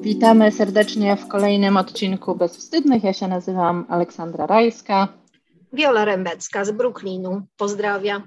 Witamy serdecznie w kolejnym odcinku Bezwstydnych. Ja się nazywam Aleksandra Rajska. Wiola Rembecka z Brooklynu. Pozdrawiam.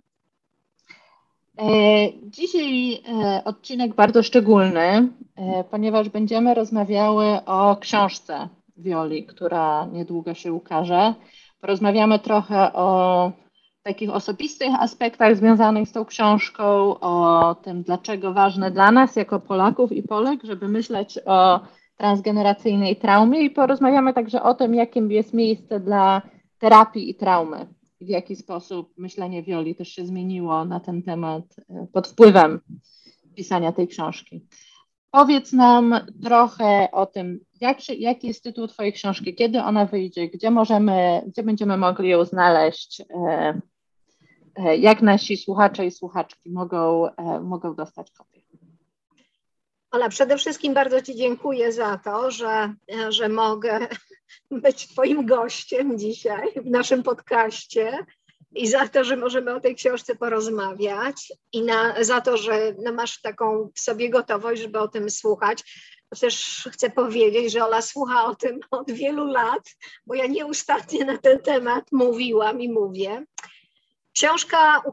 Dzisiaj odcinek bardzo szczególny, ponieważ będziemy rozmawiały o książce Wioli, która niedługo się ukaże. Porozmawiamy trochę o takich osobistych aspektach związanych z tą książką, o tym, dlaczego ważne dla nas jako Polaków i Polek, żeby myśleć o transgeneracyjnej traumie, i porozmawiamy także o tym, jakim jest miejsce dla terapii i traumy. W jaki sposób myślenie Wioli też się zmieniło na ten temat pod wpływem pisania tej książki. Powiedz nam trochę o tym, jaki jest tytuł twojej książki, kiedy ona wyjdzie, gdzie będziemy mogli ją znaleźć, jak nasi słuchacze i słuchaczki mogą dostać kopię. Ola, przede wszystkim bardzo Ci dziękuję za to, że mogę być Twoim gościem dzisiaj w naszym podcaście i za to, że możemy o tej książce porozmawiać i za to, że masz taką w sobie gotowość, żeby o tym słuchać. Też chcę powiedzieć, że Ola słucha o tym od wielu lat, bo ja nieustannie na ten temat mówiłam i mówię. Książka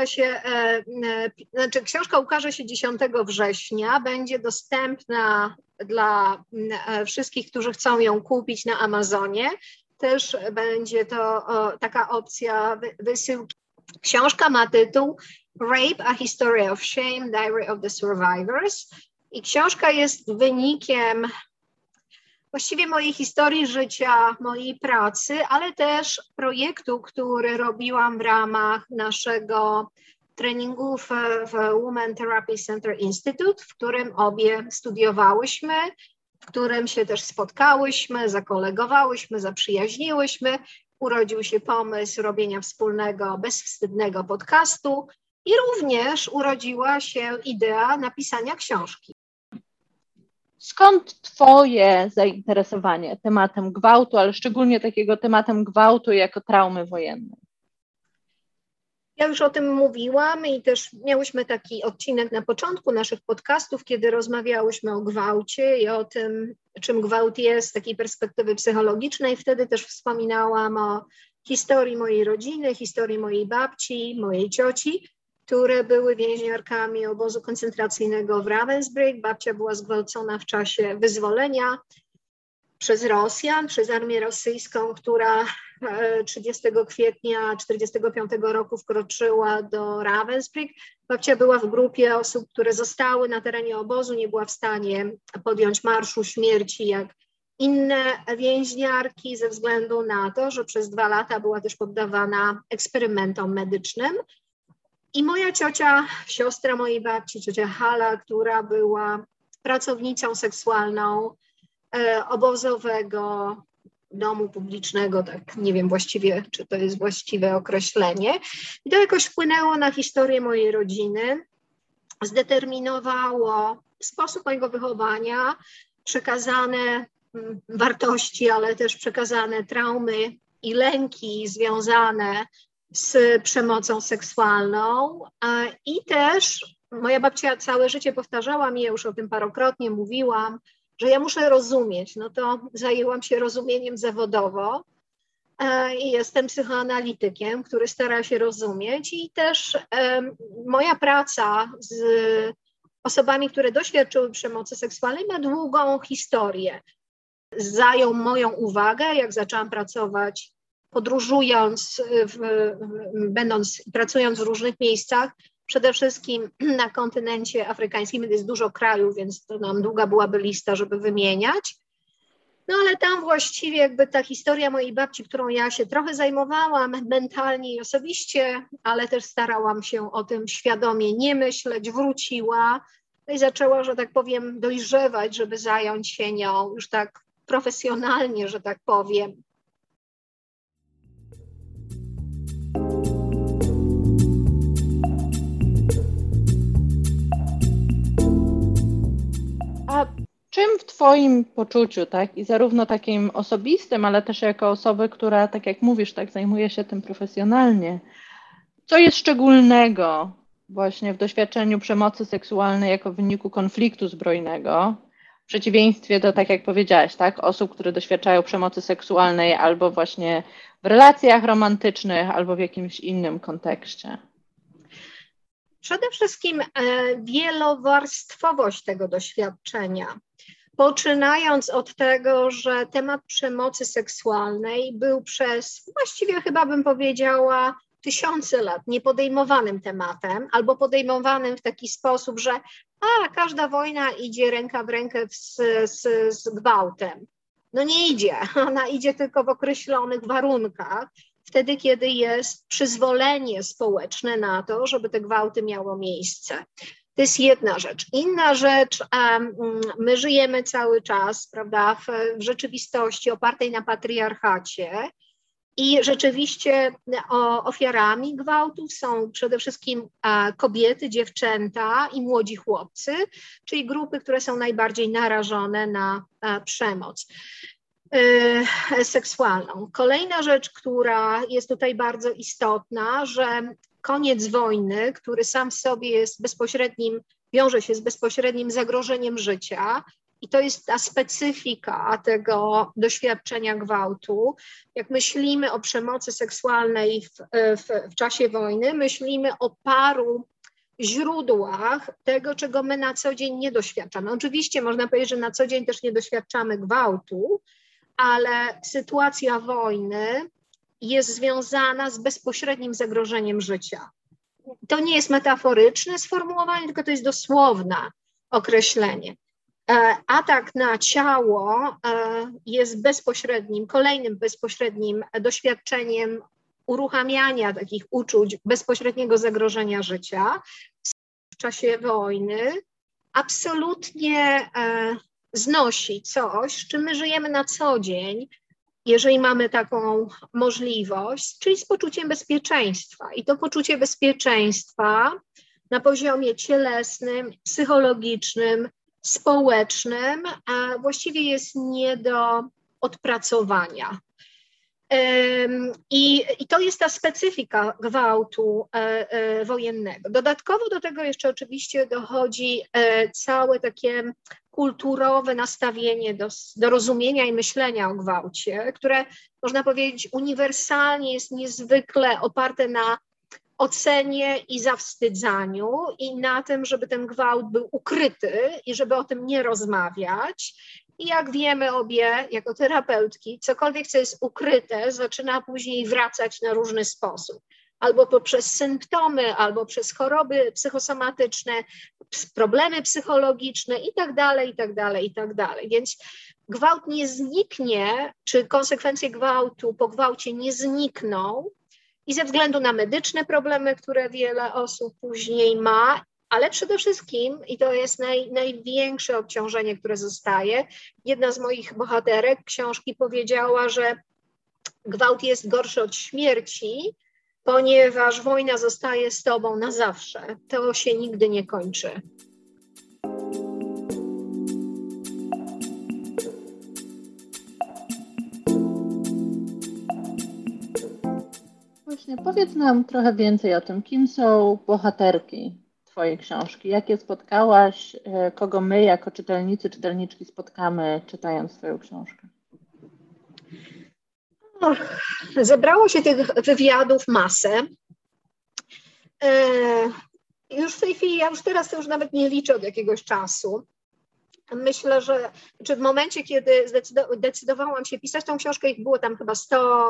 ukaże się 10 września, będzie dostępna dla wszystkich, którzy chcą ją kupić na Amazonie. Też będzie to taka opcja wysyłki. Książka ma tytuł Rape, a History of Shame, Diary of the Survivors. I książka jest wynikiem właściwie mojej historii życia, mojej pracy, ale też projektu, który robiłam w ramach naszego treningu w Women Therapy Center Institute, w którym obie studiowałyśmy, w którym się też spotkałyśmy, zakolegowałyśmy, zaprzyjaźniłyśmy. Urodził się pomysł robienia wspólnego, bezwstydnego podcastu i również urodziła się idea napisania książki. Skąd twoje zainteresowanie tematem gwałtu, ale szczególnie takiego tematem gwałtu jako traumy wojennej? Ja już o tym mówiłam i też miałyśmy taki odcinek na początku naszych podcastów, kiedy rozmawiałyśmy o gwałcie i o tym, czym gwałt jest z takiej perspektywy psychologicznej. Wtedy też wspominałam o historii mojej rodziny, historii mojej babci, mojej cioci, które były więźniarkami obozu koncentracyjnego w Ravensbrück. Babcia była zgwałcona w czasie wyzwolenia przez Rosjan, przez armię rosyjską, która 30 kwietnia 1945 roku wkroczyła do Ravensbrück. Babcia była w grupie osób, które zostały na terenie obozu, nie była w stanie podjąć marszu śmierci jak inne więźniarki ze względu na to, że przez 2 lata była też poddawana eksperymentom medycznym. I moja ciocia, siostra mojej babci, ciocia Hala, która była pracownicą seksualną obozowego domu publicznego, tak nie wiem właściwie, czy to jest właściwe określenie. I to jakoś wpłynęło na historię mojej rodziny, zdeterminowało sposób mojego wychowania, przekazane wartości, ale też przekazane traumy i lęki związane z przemocą seksualną. I też moja babcia całe życie powtarzała mi, ja już o tym parokrotnie mówiłam, że ja muszę rozumieć. No to zajęłam się rozumieniem zawodowo i jestem psychoanalitykiem, który stara się rozumieć, i też moja praca z osobami, które doświadczyły przemocy seksualnej, ma długą historię. Zajął moją uwagę, jak zaczęłam pracować, podróżując, pracując w różnych miejscach, przede wszystkim na kontynencie afrykańskim, jest dużo krajów, więc to nam długa byłaby lista, żeby wymieniać. No ale tam właściwie jakby ta historia mojej babci, którą ja się trochę zajmowałam mentalnie i osobiście, ale też starałam się o tym świadomie nie myśleć, wróciła i zaczęła, że tak powiem, dojrzewać, żeby zająć się nią już tak profesjonalnie, że tak powiem. A czym w twoim poczuciu, tak, i zarówno takim osobistym, ale też jako osoby, która, tak jak mówisz, tak zajmuje się tym profesjonalnie, co jest szczególnego właśnie w doświadczeniu przemocy seksualnej jako w wyniku konfliktu zbrojnego, przeciwieństwie do, tak jak powiedziałaś, tak, osób, które doświadczają przemocy seksualnej albo właśnie w relacjach romantycznych, albo w jakimś innym kontekście. Przede wszystkim wielowarstwowość tego doświadczenia. Poczynając od tego, że temat przemocy seksualnej był przez, właściwie chyba bym powiedziała, tysiące lat niepodejmowanym tematem, albo podejmowanym w taki sposób, że każda wojna idzie ręka w rękę z gwałtem. No nie idzie, ona idzie tylko w określonych warunkach, wtedy, kiedy jest przyzwolenie społeczne na to, żeby te gwałty miało miejsce. To jest jedna rzecz. Inna rzecz, my żyjemy cały czas, prawda, w rzeczywistości opartej na patriarchacie i rzeczywiście ofiarami gwałtów są przede wszystkim kobiety, dziewczęta i młodzi chłopcy, czyli grupy, które są najbardziej narażone na przemoc seksualną. Kolejna rzecz, która jest tutaj bardzo istotna, że koniec wojny, który sam w sobie jest wiąże się z bezpośrednim zagrożeniem życia, i to jest ta specyfika tego doświadczenia gwałtu. Jak myślimy o przemocy seksualnej w czasie wojny, myślimy o paru źródłach tego, czego my na co dzień nie doświadczamy. Oczywiście można powiedzieć, że na co dzień też nie doświadczamy gwałtu, ale sytuacja wojny jest związana z bezpośrednim zagrożeniem życia. To nie jest metaforyczne sformułowanie, tylko to jest dosłowne określenie. Atak na ciało jest kolejnym bezpośrednim doświadczeniem uruchamiania takich uczuć bezpośredniego zagrożenia życia w czasie wojny. Absolutnie znosi coś, z czym my żyjemy na co dzień, jeżeli mamy taką możliwość, czyli z poczuciem bezpieczeństwa. I to poczucie bezpieczeństwa na poziomie cielesnym, psychologicznym, społecznym, a właściwie jest nie do odpracowania. I to jest ta specyfika gwałtu wojennego. Dodatkowo do tego jeszcze oczywiście dochodzi całe takie kulturowe nastawienie do rozumienia i myślenia o gwałcie, które można powiedzieć uniwersalnie jest niezwykle oparte na ocenie i zawstydzaniu i na tym, żeby ten gwałt był ukryty i żeby o tym nie rozmawiać. I jak wiemy obie jako terapeutki, cokolwiek, co jest ukryte, zaczyna później wracać na różny sposób. Albo poprzez symptomy, albo przez choroby psychosomatyczne, problemy psychologiczne i tak dalej, i tak dalej, i tak dalej. Więc gwałt nie zniknie, czy konsekwencje gwałtu po gwałcie nie znikną i ze względu na medyczne problemy, które wiele osób później ma, ale przede wszystkim, i to jest największe obciążenie, które zostaje, jedna z moich bohaterek książki powiedziała, że gwałt jest gorszy od śmierci, ponieważ wojna zostaje z tobą na zawsze. To się nigdy nie kończy. Właśnie, powiedz nam trochę więcej o tym, kim są bohaterki twojej książki. Jakie spotkałaś, kogo my jako czytelnicy, czytelniczki spotkamy, czytając twoją książkę? Zebrało się tych wywiadów masę. Już w tej chwili, ja już teraz to już nawet nie liczę od jakiegoś czasu. Myślę, że w momencie, kiedy zdecydowałam się pisać tą książkę, ich było tam chyba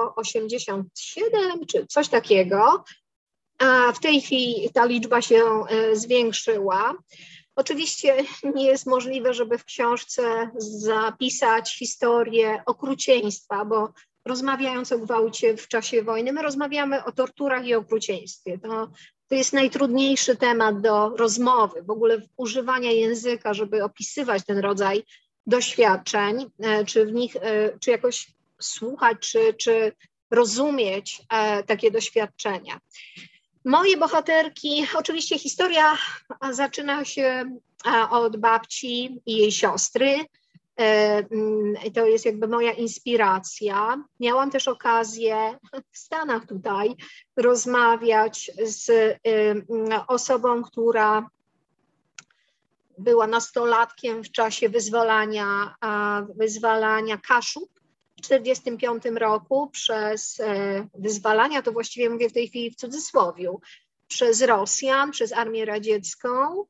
187 czy coś takiego, a w tej chwili ta liczba się zwiększyła. Oczywiście nie jest możliwe, żeby w książce zapisać historię okrucieństwa, bo rozmawiając o gwałcie w czasie wojny, my rozmawiamy o torturach i okrucieństwie. To jest najtrudniejszy temat do rozmowy, w ogóle używania języka, żeby opisywać ten rodzaj doświadczeń, czy w nich, czy jakoś słuchać, czy rozumieć takie doświadczenia. Moje bohaterki, oczywiście historia zaczyna się od babci i jej siostry. To jest jakby moja inspiracja. Miałam też okazję w Stanach tutaj rozmawiać z osobą, która była nastolatkiem w czasie wyzwalania Kaszub w 1945 roku przez wyzwalania, to właściwie mówię w tej chwili w cudzysłowie, przez Rosjan, przez Armię Radziecką.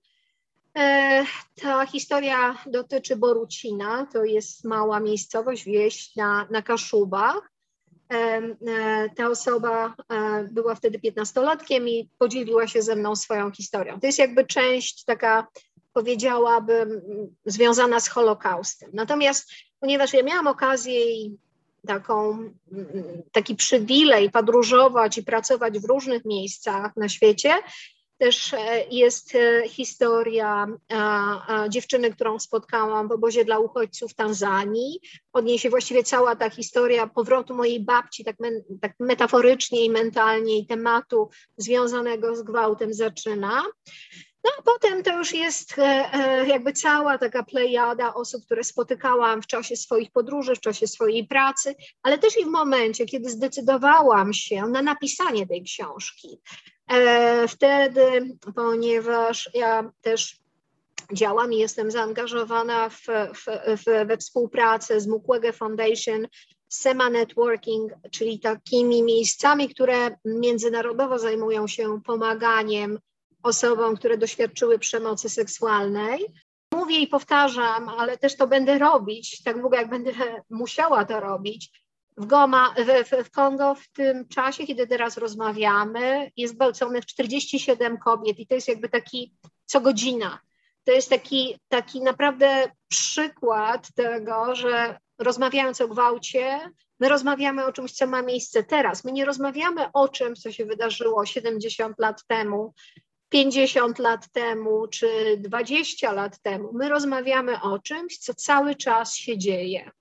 Ta historia dotyczy Borucina, to jest mała miejscowość, wieś na Kaszubach. Ta osoba była wtedy 15-latkiem i podzieliła się ze mną swoją historią. To jest jakby część taka, powiedziałabym, związana z Holokaustem. Natomiast ponieważ ja miałam okazję taki przywilej podróżować i pracować w różnych miejscach na świecie, też jest historia dziewczyny, którą spotkałam w obozie dla uchodźców w Tanzanii. Od niej się właściwie cała ta historia powrotu mojej babci, tak metaforycznie i mentalnie, i tematu związanego z gwałtem zaczyna. No a potem to już jest jakby cała taka plejada osób, które spotykałam w czasie swoich podróży, w czasie swojej pracy, ale też i w momencie, kiedy zdecydowałam się na napisanie tej książki. Wtedy, ponieważ ja też działam i jestem zaangażowana we współpracę z Mukwege Foundation, SEMA Networking, czyli takimi miejscami, które międzynarodowo zajmują się pomaganiem osobom, które doświadczyły przemocy seksualnej. Mówię i powtarzam, ale też to będę robić, tak długo jak będę musiała to robić. W Kongo w tym czasie, kiedy teraz rozmawiamy, jest gwałconych 47 kobiet i to jest jakby taki co godzina. To jest taki naprawdę przykład tego, że rozmawiając o gwałcie, my rozmawiamy o czymś, co ma miejsce teraz. My nie rozmawiamy o czymś, co się wydarzyło 70 lat temu, 50 lat temu czy 20 lat temu. My rozmawiamy o czymś, co cały czas się dzieje.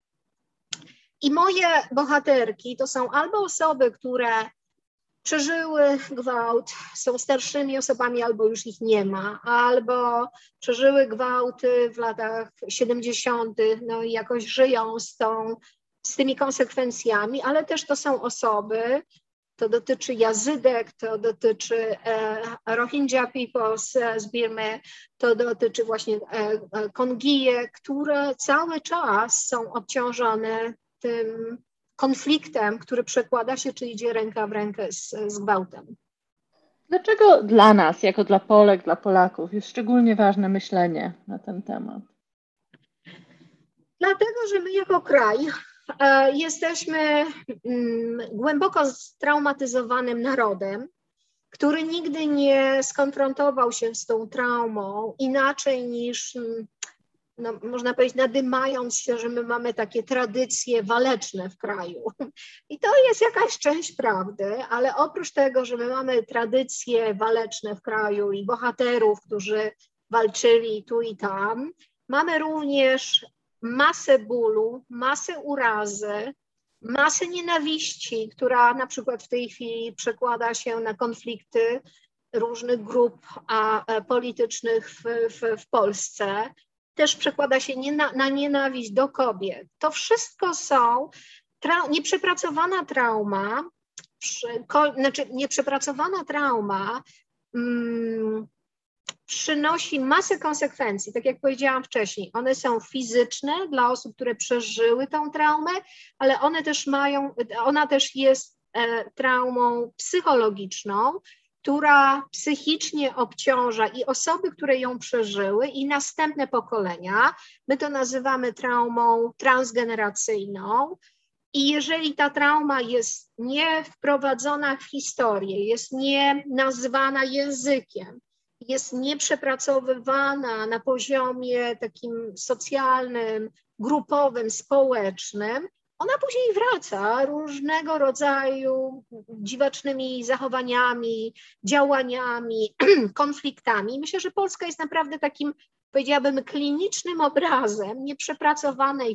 I moje bohaterki to są albo osoby, które przeżyły gwałt, są starszymi osobami, albo już ich nie ma, albo przeżyły gwałty w latach 70., no i jakoś żyją z tymi konsekwencjami, ale też to są osoby, to dotyczy Jazydek, to dotyczy Rohingya people z Birmy, to dotyczy właśnie Kongije, które cały czas są obciążone tym konfliktem, który przekłada się, czy idzie ręka w rękę z gwałtem. Dlaczego dla nas, jako dla Polek, dla Polaków, jest szczególnie ważne myślenie na ten temat? Dlatego, że my jako kraj jesteśmy głęboko straumatyzowanym narodem, który nigdy nie skonfrontował się z tą traumą inaczej niż, no, można powiedzieć, nadymając się, że my mamy takie tradycje waleczne w kraju. I to jest jakaś część prawdy, ale oprócz tego, że my mamy tradycje waleczne w kraju i bohaterów, którzy walczyli tu i tam, mamy również masę bólu, masę urazy, masę nienawiści, która na przykład w tej chwili przekłada się na konflikty różnych grup politycznych w Polsce. Też przekłada się na nienawiść do kobiet. To wszystko są nieprzepracowana trauma, nieprzepracowana trauma przynosi masę konsekwencji, tak jak powiedziałam wcześniej. One są fizyczne dla osób, które przeżyły tą traumę, ale ona też jest traumą psychologiczną, która psychicznie obciąża i osoby, które ją przeżyły, i następne pokolenia. My to nazywamy traumą transgeneracyjną. I jeżeli ta trauma jest nie wprowadzona w historię, jest nie nazwana językiem, jest nieprzepracowywana na poziomie takim socjalnym, grupowym, społecznym, ona później wraca różnego rodzaju dziwacznymi zachowaniami, działaniami, konfliktami. Myślę, że Polska jest naprawdę takim, powiedziałabym, klinicznym obrazem nieprzepracowanej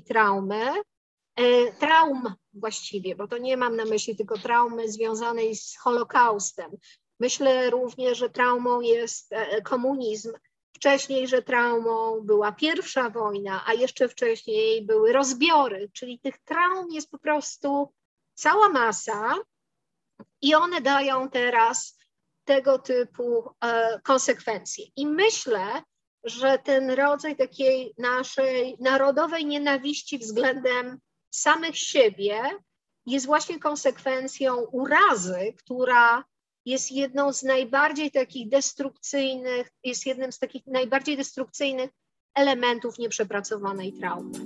traum właściwie, bo to nie mam na myśli tylko traumy związanej z Holokaustem. Myślę również, że traumą jest komunizm. Wcześniej, że traumą była pierwsza wojna, a jeszcze wcześniej były rozbiory, czyli tych traum jest po prostu cała masa i one dają teraz tego typu konsekwencje. I myślę, że ten rodzaj takiej naszej narodowej nienawiści względem samych siebie jest właśnie konsekwencją urazy, która jest jedną z najbardziej takich destrukcyjnych, jest jednym z takich najbardziej destrukcyjnych elementów nieprzepracowanej traumy.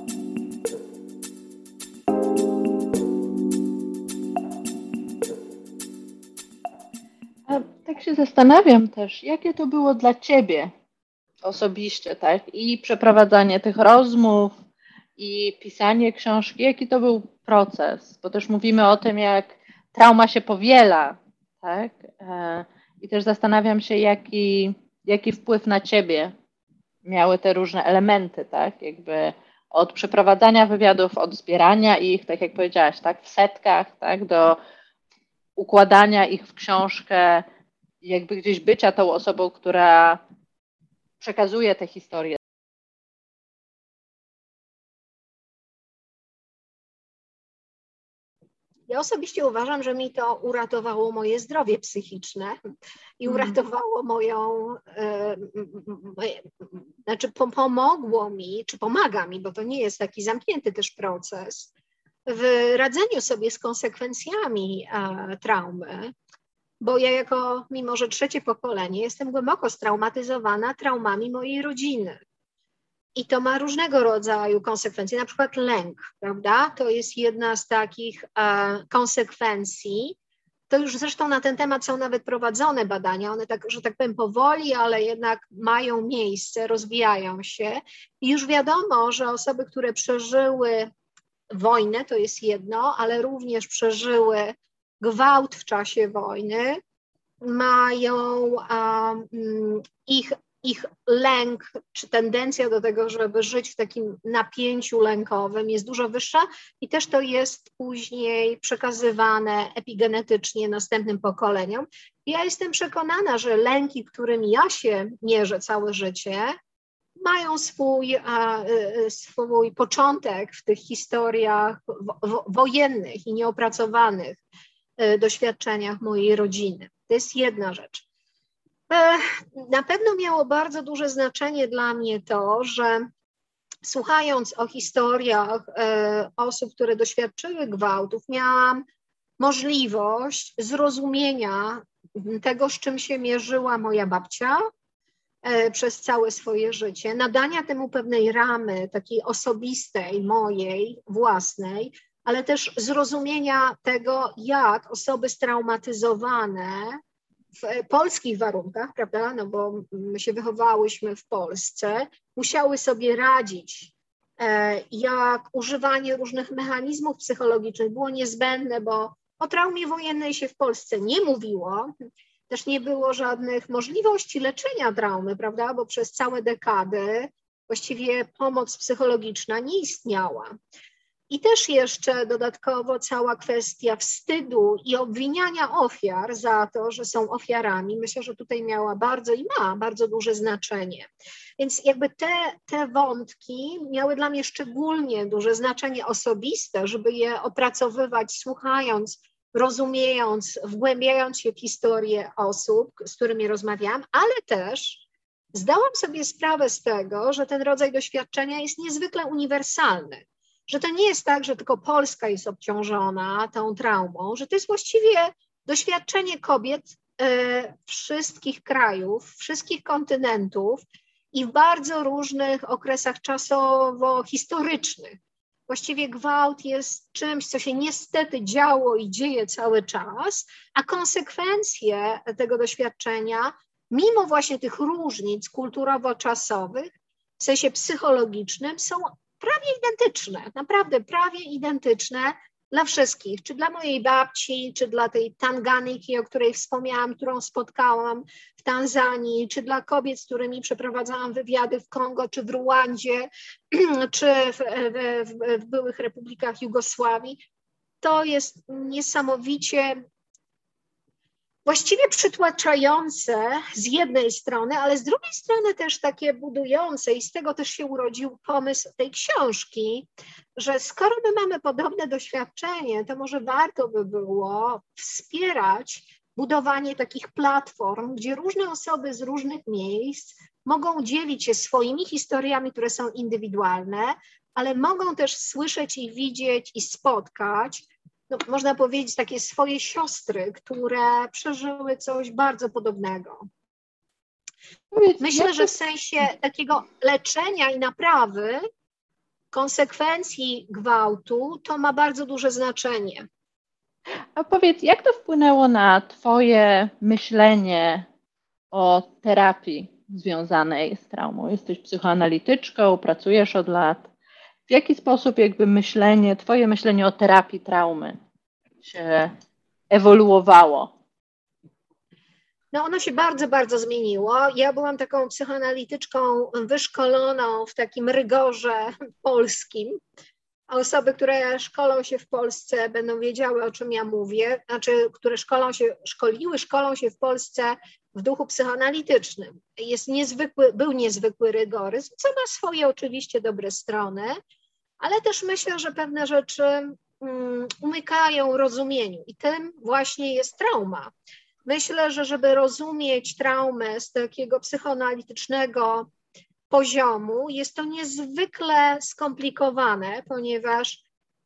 A tak się zastanawiam też, jakie to było dla Ciebie osobiście, tak? I przeprowadzanie tych rozmów, i pisanie książki, jaki to był proces? Bo też mówimy o tym, jak trauma się powiela, tak? I też zastanawiam się, jaki wpływ na Ciebie miały te różne elementy, tak? Jakby od przeprowadzania wywiadów, od zbierania ich, tak jak powiedziałaś, tak? W setkach, tak? Do układania ich w książkę, jakby gdzieś bycia tą osobą, która przekazuje te historie. Ja osobiście uważam, że mi to uratowało moje zdrowie psychiczne i uratowało znaczy pomogło mi, czy pomaga mi, bo to nie jest taki zamknięty też proces, w radzeniu sobie z konsekwencjami traumy, bo ja mimo że trzecie pokolenie, jestem głęboko straumatyzowana traumami mojej rodziny. I to ma różnego rodzaju konsekwencje, na przykład lęk, prawda? To jest jedna z takich konsekwencji. To już zresztą na ten temat są nawet prowadzone badania, one tak, że tak powiem powoli, ale jednak mają miejsce, rozwijają się. I już wiadomo, że osoby, które przeżyły wojnę, to jest jedno, ale również przeżyły gwałt w czasie wojny, mają ich lęk, czy tendencja do tego, żeby żyć w takim napięciu lękowym jest dużo wyższa i też to jest później przekazywane epigenetycznie następnym pokoleniom. Ja jestem przekonana, że lęki, którymi ja się mierzę całe życie, mają swój początek w tych historiach wojennych i nieopracowanych doświadczeniach mojej rodziny. To jest jedna rzecz. Na pewno miało bardzo duże znaczenie dla mnie to, że słuchając o historiach osób, które doświadczyły gwałtów, miałam możliwość zrozumienia tego, z czym się mierzyła moja babcia przez całe swoje życie, nadania temu pewnej ramy, takiej osobistej, mojej, własnej, ale też zrozumienia tego, jak osoby straumatyzowane w polskich warunkach, prawda, no bo my się wychowałyśmy w Polsce, musiały sobie radzić, jak używanie różnych mechanizmów psychologicznych było niezbędne, bo o traumie wojennej się w Polsce nie mówiło, też nie było żadnych możliwości leczenia traumy, prawda, bo przez całe dekady właściwie pomoc psychologiczna nie istniała. I też jeszcze dodatkowo cała kwestia wstydu i obwiniania ofiar za to, że są ofiarami, myślę, że tutaj miała bardzo i ma bardzo duże znaczenie. Więc jakby te wątki miały dla mnie szczególnie duże znaczenie osobiste, żeby je opracowywać, słuchając, rozumiejąc, wgłębiając się w historię osób, z którymi rozmawiałam, ale też zdałam sobie sprawę z tego, że ten rodzaj doświadczenia jest niezwykle uniwersalny. Że to nie jest tak, że tylko Polska jest obciążona tą traumą, że to jest właściwie doświadczenie kobiet wszystkich krajów, wszystkich kontynentów i w bardzo różnych okresach czasowo-historycznych. Właściwie gwałt jest czymś, co się niestety działo i dzieje cały czas, a konsekwencje tego doświadczenia, mimo właśnie tych różnic kulturowo-czasowych, w sensie psychologicznym, są prawie identyczne, naprawdę prawie identyczne dla wszystkich, czy dla mojej babci, czy dla tej Tanganiki, o której wspomniałam, którą spotkałam w Tanzanii, czy dla kobiet, z którymi przeprowadzałam wywiady w Kongo, czy w Ruandzie, czy w byłych republikach Jugosławii. To jest niesamowicie właściwie przytłaczające z jednej strony, ale z drugiej strony też takie budujące i z tego też się urodził pomysł tej książki, że skoro my mamy podobne doświadczenie, to może warto by było wspierać budowanie takich platform, gdzie różne osoby z różnych miejsc mogą dzielić się swoimi historiami, które są indywidualne, ale mogą też słyszeć i widzieć i spotkać, no, można powiedzieć, takie swoje siostry, które przeżyły coś bardzo podobnego. Myślę, że w sensie takiego leczenia i naprawy konsekwencji gwałtu to ma bardzo duże znaczenie. A powiedz, jak to wpłynęło na Twoje myślenie o terapii związanej z traumą? Jesteś psychoanalityczką, pracujesz od lat. W jaki sposób jakby Twoje myślenie o terapii traumy się ewoluowało? No ono się bardzo, bardzo zmieniło. Ja byłam taką psychoanalityczką wyszkoloną w takim rygorze polskim. Osoby, które szkolą się w Polsce, będą wiedziały, o czym ja mówię, znaczy, które szkolą się w Polsce w duchu psychoanalitycznym. Był niezwykły rygoryzm, co ma swoje oczywiście dobre strony, ale też myślę, że pewne rzeczy umykają rozumieniu i tym właśnie jest trauma. Myślę, że żeby rozumieć traumę z takiego psychoanalitycznego poziomu, jest to niezwykle skomplikowane, ponieważ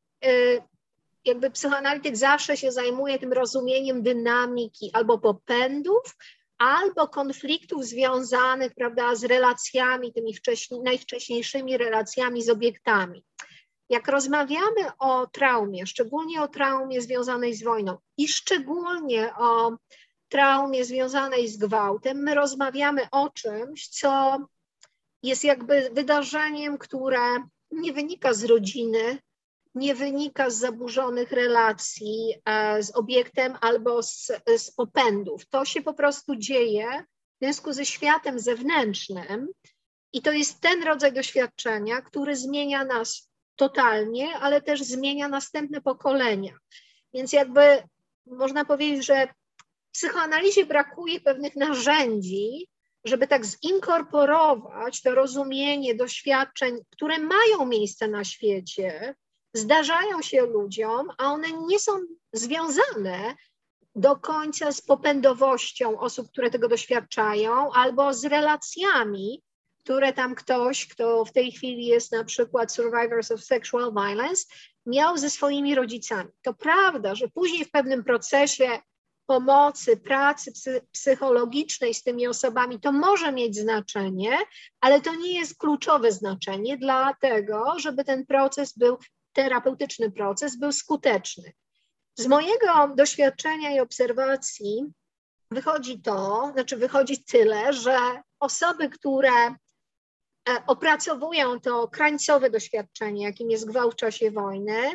jakby psychoanalityk zawsze się zajmuje tym rozumieniem dynamiki albo popędów, albo konfliktów związanych, prawda, z relacjami, tymi najwcześniejszymi relacjami z obiektami. Jak rozmawiamy o traumie, szczególnie o traumie związanej z wojną i szczególnie o traumie związanej z gwałtem, my rozmawiamy o czymś, co jest jakby wydarzeniem, które nie wynika z rodziny, nie wynika z zaburzonych relacji z obiektem albo z popędów. To się po prostu dzieje w związku ze światem zewnętrznym i to jest ten rodzaj doświadczenia, który zmienia nas totalnie, ale też zmienia następne pokolenia. Więc jakby można powiedzieć, że w psychoanalizie brakuje pewnych narzędzi, żeby tak zinkorporować to rozumienie doświadczeń, które mają miejsce na świecie, zdarzają się ludziom, a one nie są związane do końca z popędowością osób, które tego doświadczają, albo z relacjami, które tam ktoś, kto w tej chwili jest na przykład survivors of sexual violence, miał ze swoimi rodzicami. To prawda, że później w pewnym procesie pomocy, pracy psychologicznej z tymi osobami, to może mieć znaczenie, ale to nie jest kluczowe znaczenie dlatego, żeby ten proces był, terapeutyczny proces był skuteczny. Z mojego doświadczenia i obserwacji wychodzi tyle, że osoby, które opracowują to krańcowe doświadczenie, jakim jest gwałt w czasie wojny,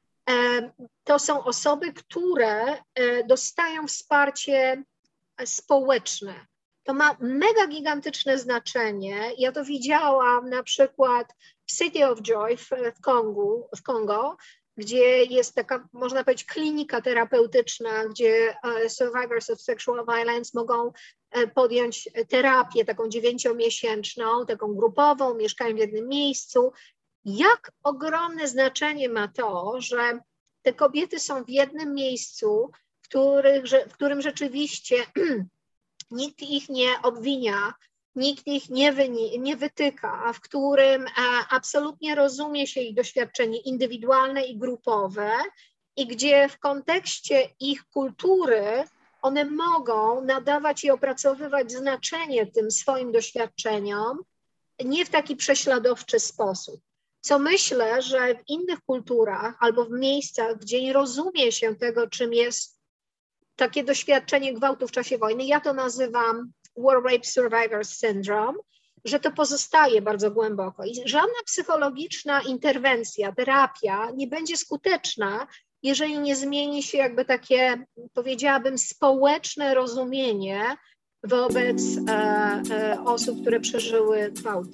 to są osoby, które dostają wsparcie społeczne. To ma mega gigantyczne znaczenie. Ja to widziałam na przykład w City of Joy w Kongo, gdzie jest taka, można powiedzieć, klinika terapeutyczna, gdzie survivors of sexual violence mogą podjąć terapię taką 9-miesięczną, taką grupową, mieszkają w jednym miejscu. Jak ogromne znaczenie ma to, że te kobiety są w jednym miejscu, w którym rzeczywiście nikt ich nie obwinia, nikt ich nie wytyka, w którym absolutnie rozumie się ich doświadczenie indywidualne i grupowe i gdzie w kontekście ich kultury one mogą nadawać i opracowywać znaczenie tym swoim doświadczeniom, nie w taki prześladowczy sposób. Co myślę, że w innych kulturach albo w miejscach, gdzie nie rozumie się tego, czym jest takie doświadczenie gwałtu w czasie wojny, ja to nazywam War Rape Survivors Syndrome, że to pozostaje bardzo głęboko i żadna psychologiczna interwencja, terapia nie będzie skuteczna, jeżeli nie zmieni się jakby takie, powiedziałabym, społeczne rozumienie wobec osób, które przeżyły gwałt.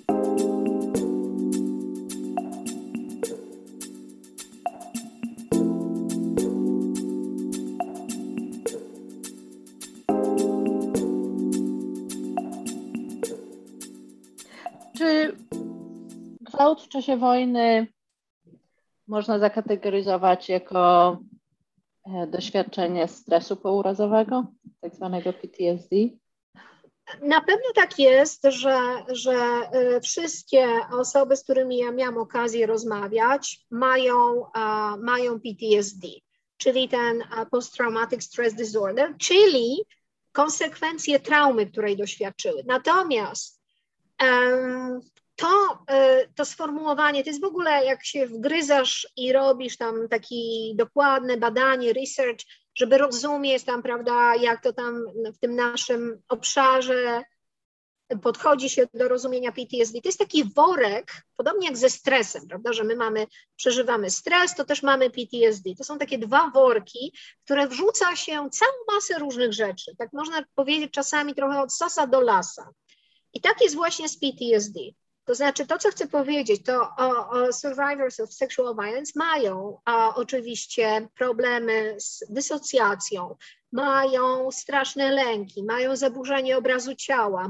Czy gwałt w czasie wojny można zakategoryzować jako doświadczenie stresu pourazowego, tak zwanego PTSD? Na pewno tak jest, że wszystkie osoby, z którymi ja miałam okazję rozmawiać, mają PTSD, czyli ten Post-Traumatic Stress Disorder, czyli konsekwencje traumy, której doświadczyły. Natomiast to sformułowanie, to jest w ogóle, jak się wgryzasz i robisz tam takie dokładne badanie, research, żeby rozumieć tam, prawda, jak to tam w tym naszym obszarze podchodzi się do rozumienia PTSD. To jest taki worek, podobnie jak ze stresem, prawda, że my przeżywamy stres, to też mamy PTSD. To są takie dwa worki, które wrzuca się całą masę różnych rzeczy. Tak można powiedzieć czasami trochę od sasa do lasa. I tak jest właśnie z PTSD. To znaczy to, co chcę powiedzieć, to survivors of sexual violence mają oczywiście problemy z dysocjacją, mają straszne lęki, mają zaburzenie obrazu ciała,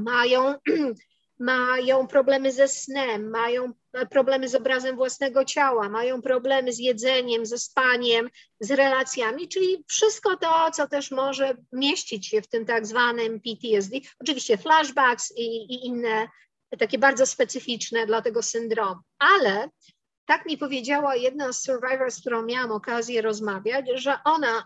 mają problemy ze snem, mają problemy z obrazem własnego ciała, mają problemy z jedzeniem, ze spaniem, z relacjami, czyli wszystko to, co też może mieścić się w tym tak zwanym PTSD. Oczywiście flashbacks i inne takie bardzo specyficzne dla tego syndromu. Ale tak mi powiedziała jedna z survivors, z którą miałam okazję rozmawiać, że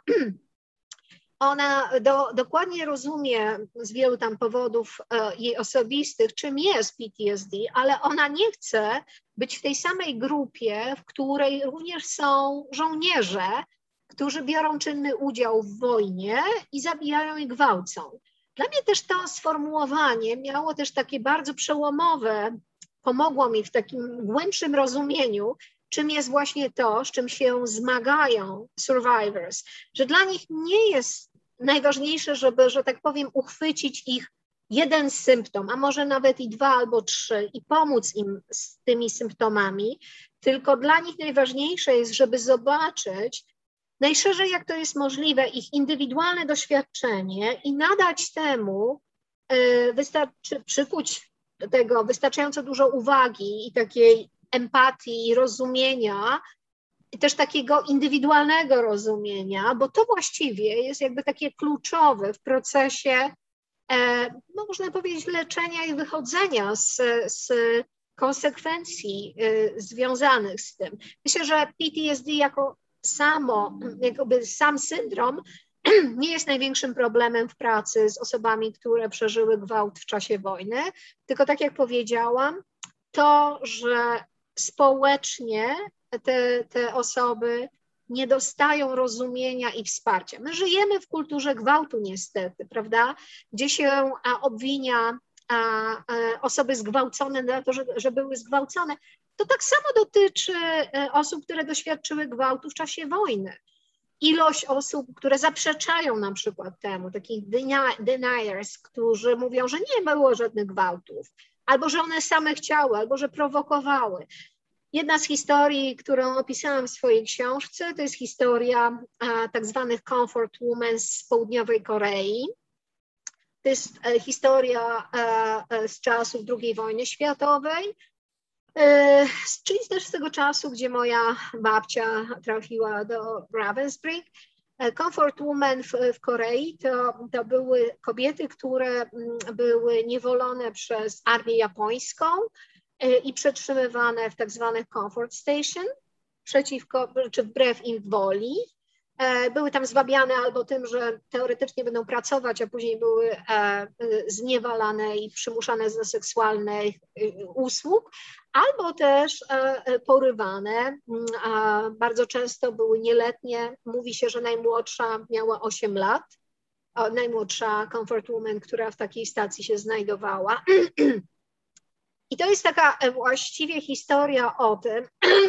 ona dokładnie rozumie z wielu tam powodów jej osobistych, czym jest PTSD, ale ona nie chce być w tej samej grupie, w której również są żołnierze, którzy biorą czynny udział w wojnie i zabijają i gwałcą. Dla mnie też to sformułowanie miało też takie bardzo przełomowe, pomogło mi w takim głębszym rozumieniu, czym jest właśnie to, z czym się zmagają survivors, że dla nich nie jest najważniejsze, żeby, że tak powiem, uchwycić ich jeden symptom, a może nawet i dwa albo trzy i pomóc im z tymi symptomami, tylko dla nich najważniejsze jest, żeby zobaczyć najszerzej, jak to jest możliwe, ich indywidualne doświadczenie i nadać temu, przykuć do tego wystarczająco dużo uwagi i takiej empatii i rozumienia, i też takiego indywidualnego rozumienia, bo to właściwie jest jakby takie kluczowe w procesie, no można powiedzieć, leczenia i wychodzenia z konsekwencji związanych z tym. Myślę, że PTSD jako sam syndrom nie jest największym problemem w pracy z osobami, które przeżyły gwałt w czasie wojny, tylko tak jak powiedziałam, to, że społecznie te osoby nie dostają rozumienia i wsparcia. My żyjemy w kulturze gwałtu niestety, prawda, gdzie się obwinia osoby zgwałcone na to, że były zgwałcone. To tak samo dotyczy osób, które doświadczyły gwałtu w czasie wojny. Ilość osób, które zaprzeczają na przykład temu, takich deniers, którzy mówią, że nie było żadnych gwałtów, albo że one same chciały, albo że prowokowały. Jedna z historii, którą opisałam w swojej książce, to jest historia tak zwanych comfort women z południowej Korei. To jest historia z czasów II wojny światowej, czyli też z tego czasu, gdzie moja babcia trafiła do Ravensbrück. Comfort women w Korei to były kobiety, które były niewolone przez armię japońską i przetrzymywane w tak zwanych comfort station, czy wbrew ich woli. Były tam zwabiane albo tym, że teoretycznie będą pracować, a później były zniewalane i przymuszane do seksualnych usług, albo też porywane. Bardzo często były nieletnie. Mówi się, że najmłodsza miała 8 lat. Najmłodsza comfort woman, która w takiej stacji się znajdowała. I to jest taka właściwie historia o tym,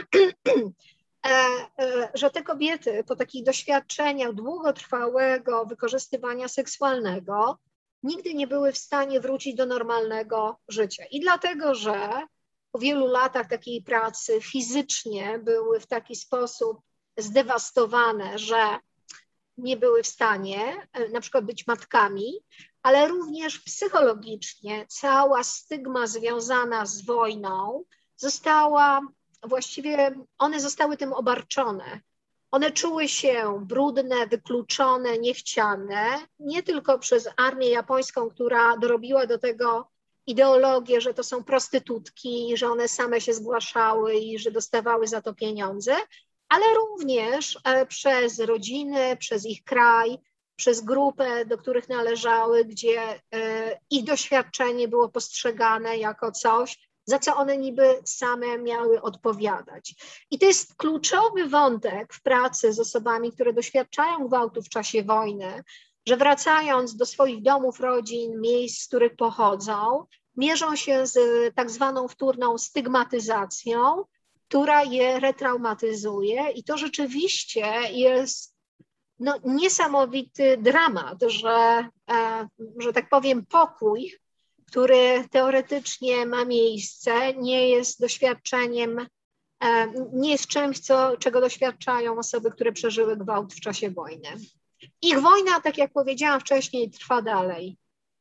że te kobiety po takich doświadczeniach długotrwałego wykorzystywania seksualnego nigdy nie były w stanie wrócić do normalnego życia. I dlatego, że po wielu latach takiej pracy fizycznie były w taki sposób zdewastowane, że nie były w stanie na przykład być matkami, ale również psychologicznie cała stygma związana z wojną została, właściwie one zostały tym obarczone. One czuły się brudne, wykluczone, niechciane, nie tylko przez armię japońską, która dorobiła do tego ideologię, że to są prostytutki, że one same się zgłaszały i że dostawały za to pieniądze, ale również przez rodziny, przez ich kraj, przez grupę, do których należały, gdzie ich doświadczenie było postrzegane jako coś, za co one niby same miały odpowiadać. I to jest kluczowy wątek w pracy z osobami, które doświadczają gwałtu w czasie wojny, że wracając do swoich domów, rodzin, miejsc, z których pochodzą, mierzą się z tak zwaną wtórną stygmatyzacją, która je retraumatyzuje i to rzeczywiście jest niesamowity dramat, że tak powiem pokój, który teoretycznie ma miejsce, nie jest doświadczeniem, nie jest czymś, czego doświadczają osoby, które przeżyły gwałt w czasie wojny. Ich wojna, tak jak powiedziałam wcześniej, trwa dalej.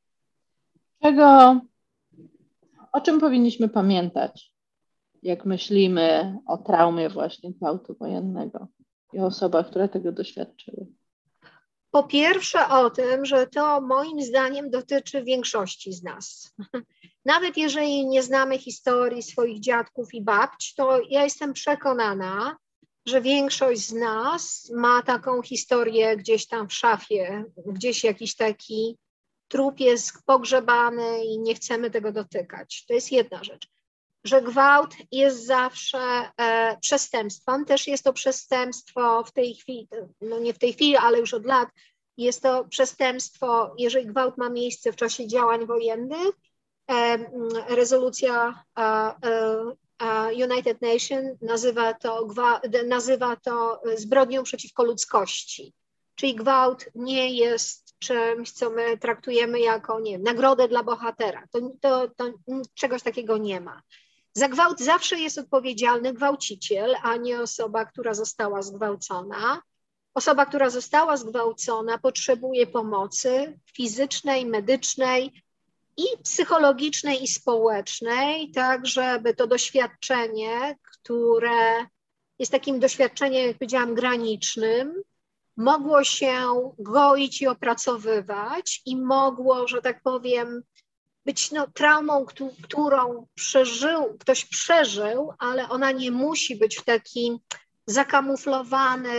O czym powinniśmy pamiętać, jak myślimy o traumie właśnie gwałtu wojennego i o osobach, które tego doświadczyły? Po pierwsze o tym, że to moim zdaniem dotyczy większości z nas. Nawet jeżeli nie znamy historii swoich dziadków i babć, to ja jestem przekonana, że większość z nas ma taką historię gdzieś tam w szafie, gdzieś jakiś taki trup jest pogrzebany i nie chcemy tego dotykać. To jest jedna rzecz. Że gwałt jest zawsze przestępstwem. Też jest to przestępstwo w tej chwili, no nie w tej chwili, ale już od lat, jest to przestępstwo, jeżeli gwałt ma miejsce w czasie działań wojennych. Rezolucja United Nations nazywa to zbrodnią przeciwko ludzkości. Czyli gwałt nie jest czymś, co my traktujemy jako, nie wiem, nagrodę dla bohatera. To czegoś takiego nie ma. Za gwałt zawsze jest odpowiedzialny gwałciciel, a nie osoba, która została zgwałcona. Osoba, która została zgwałcona, potrzebuje pomocy fizycznej, medycznej i psychologicznej i społecznej, tak żeby to doświadczenie, które jest takim doświadczeniem, jak powiedziałam, granicznym, mogło się goić i opracowywać i mogło, że tak powiem, być traumą, którą ktoś przeżył, ale ona nie musi być w taki zakamuflowany,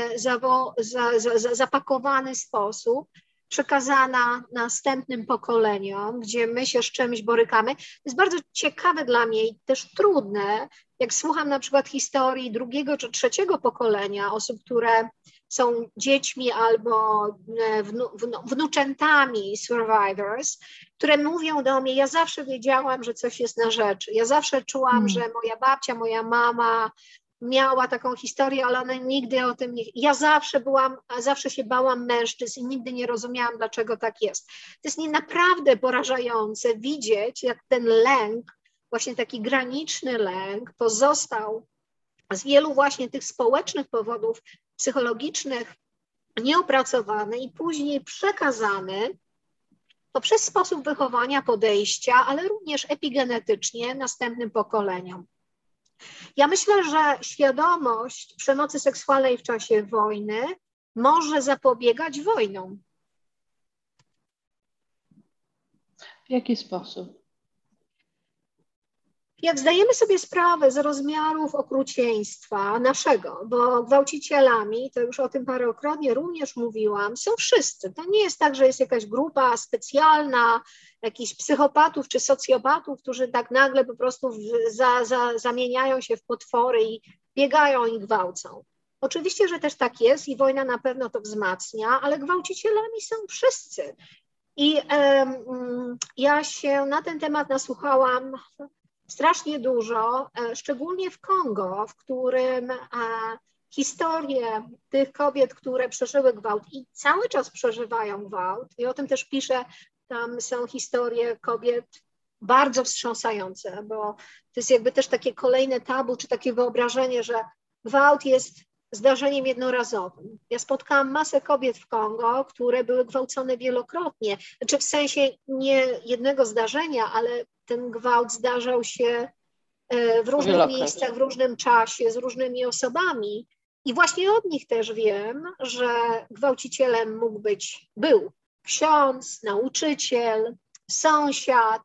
zapakowany sposób, przekazana następnym pokoleniom, gdzie my się z czymś borykamy. To jest bardzo ciekawe dla mnie i też trudne, jak słucham na przykład historii drugiego czy trzeciego pokolenia osób, które są dziećmi albo wnuczętami survivors, które mówią do mnie, ja zawsze wiedziałam, że coś jest na rzeczy. Ja zawsze czułam, że moja babcia, moja mama miała taką historię, ale one nigdy o tym nie... Ja zawsze się bałam mężczyzn i nigdy nie rozumiałam, dlaczego tak jest. To jest naprawdę porażające widzieć, jak ten lęk, właśnie taki graniczny lęk, pozostał z wielu właśnie tych społecznych powodów psychologicznych nieopracowany i później przekazany poprzez sposób wychowania, podejścia, ale również epigenetycznie następnym pokoleniom. Ja myślę, że świadomość przemocy seksualnej w czasie wojny może zapobiegać wojnom. W jaki sposób? Jak zdajemy sobie sprawę z rozmiarów okrucieństwa naszego, bo gwałcicielami, to już o tym parokrotnie również mówiłam, są wszyscy. To nie jest tak, że jest jakaś grupa specjalna, jakichś psychopatów czy socjopatów, którzy tak nagle po prostu zamieniają się w potwory i biegają i gwałcą. Oczywiście, że też tak jest i wojna na pewno to wzmacnia, ale gwałcicielami są wszyscy. I ja się na ten temat nasłuchałam strasznie dużo, szczególnie w Kongo, w którym historie tych kobiet, które przeżyły gwałt i cały czas przeżywają gwałt, i o tym też piszę, tam są historie kobiet bardzo wstrząsające, bo to jest jakby też takie kolejne tabu, czy takie wyobrażenie, że gwałt jest zdarzeniem jednorazowym. Ja spotkałam masę kobiet w Kongo, które były gwałcone wielokrotnie, znaczy w sensie nie jednego zdarzenia, ale ten gwałt zdarzał się w różnych miejscach, w różnym czasie, z różnymi osobami. I właśnie od nich też wiem, że gwałcicielem był ksiądz, nauczyciel, sąsiad,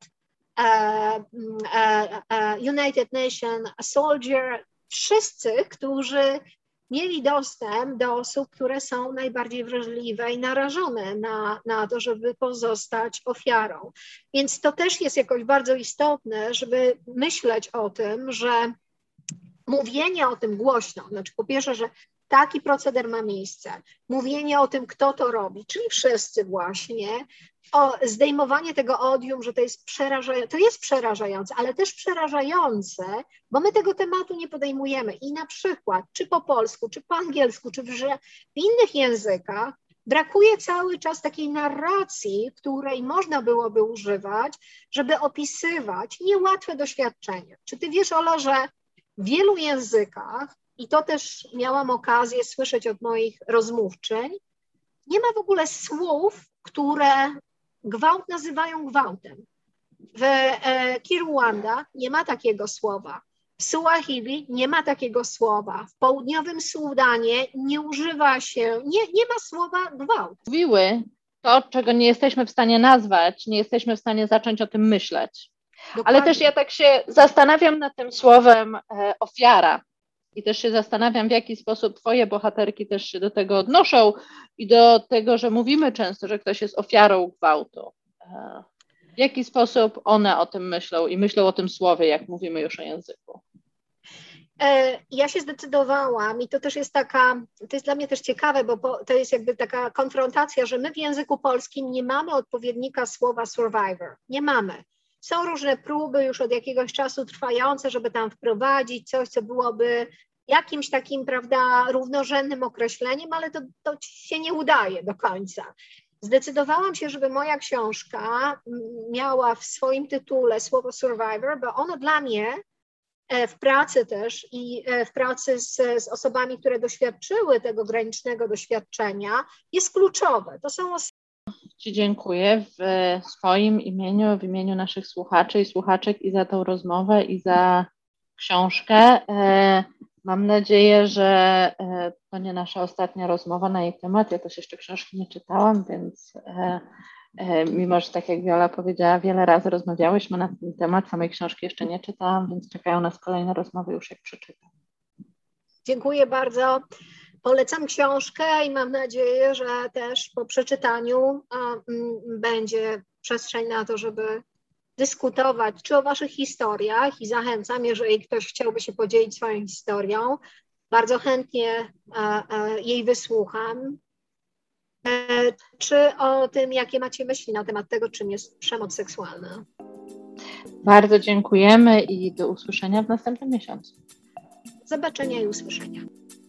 United Nations soldier, wszyscy, którzy mieli dostęp do osób, które są najbardziej wrażliwe i narażone na to, żeby pozostać ofiarą. Więc to też jest jakoś bardzo istotne, żeby myśleć o tym, że mówienie o tym głośno, znaczy po pierwsze, że taki proceder ma miejsce, mówienie o tym, kto to robi, czyli wszyscy właśnie, zdejmowanie tego odium, że to jest przerażające, ale też przerażające, bo my tego tematu nie podejmujemy i na przykład czy po polsku, czy po angielsku, czy w innych językach brakuje cały czas takiej narracji, której można byłoby używać, żeby opisywać niełatwe doświadczenie. Czy ty wiesz, Ola, że w wielu językach, i to też miałam okazję słyszeć od moich rozmówczyń, nie ma w ogóle słów, które gwałt nazywają gwałtem. W Kiruanda nie ma takiego słowa. W Suahili nie ma takiego słowa. W południowym Sudanie nie używa się, nie ma słowa gwałt. Mówiły to, czego nie jesteśmy w stanie nazwać, nie jesteśmy w stanie zacząć o tym myśleć. Dokładnie. Ale też ja tak się zastanawiam nad tym słowem ofiara i też się zastanawiam, w jaki sposób twoje bohaterki też się do tego odnoszą i do tego, że mówimy często, że ktoś jest ofiarą gwałtu. W jaki sposób one o tym myślą i myślą o tym słowie, jak mówimy już o języku? Ja się zdecydowałam i to też jest to jest dla mnie też ciekawe, bo to jest jakby taka konfrontacja, że my w języku polskim nie mamy odpowiednika słowa survivor. Nie mamy. Są różne próby już od jakiegoś czasu trwające, żeby tam wprowadzić coś, co byłoby jakimś takim, prawda, równorzędnym określeniem, ale to się nie udaje do końca. Zdecydowałam się, żeby moja książka miała w swoim tytule słowo survivor, bo ono dla mnie w pracy też i w pracy z osobami, które doświadczyły tego granicznego doświadczenia, jest kluczowe. To są osoby. Ci dziękuję w swoim imieniu, w imieniu naszych słuchaczy i słuchaczek i za tą rozmowę i za książkę. Mam nadzieję, że to nie nasza ostatnia rozmowa na jej temat. Ja też jeszcze książki nie czytałam, więc mimo, że tak jak Wiola powiedziała, wiele razy rozmawiałyśmy na ten temat, samej książki jeszcze nie czytałam, więc czekają nas kolejne rozmowy już jak przeczytam. Dziękuję bardzo. Polecam książkę i mam nadzieję, że też po przeczytaniu będzie przestrzeń na to, żeby dyskutować czy o waszych historiach i zachęcam, jeżeli ktoś chciałby się podzielić swoją historią, bardzo chętnie jej wysłucham. Czy o tym, jakie macie myśli na temat tego, czym jest przemoc seksualna. Bardzo dziękujemy i do usłyszenia w następnym miesiącu. Zobaczenia i usłyszenia.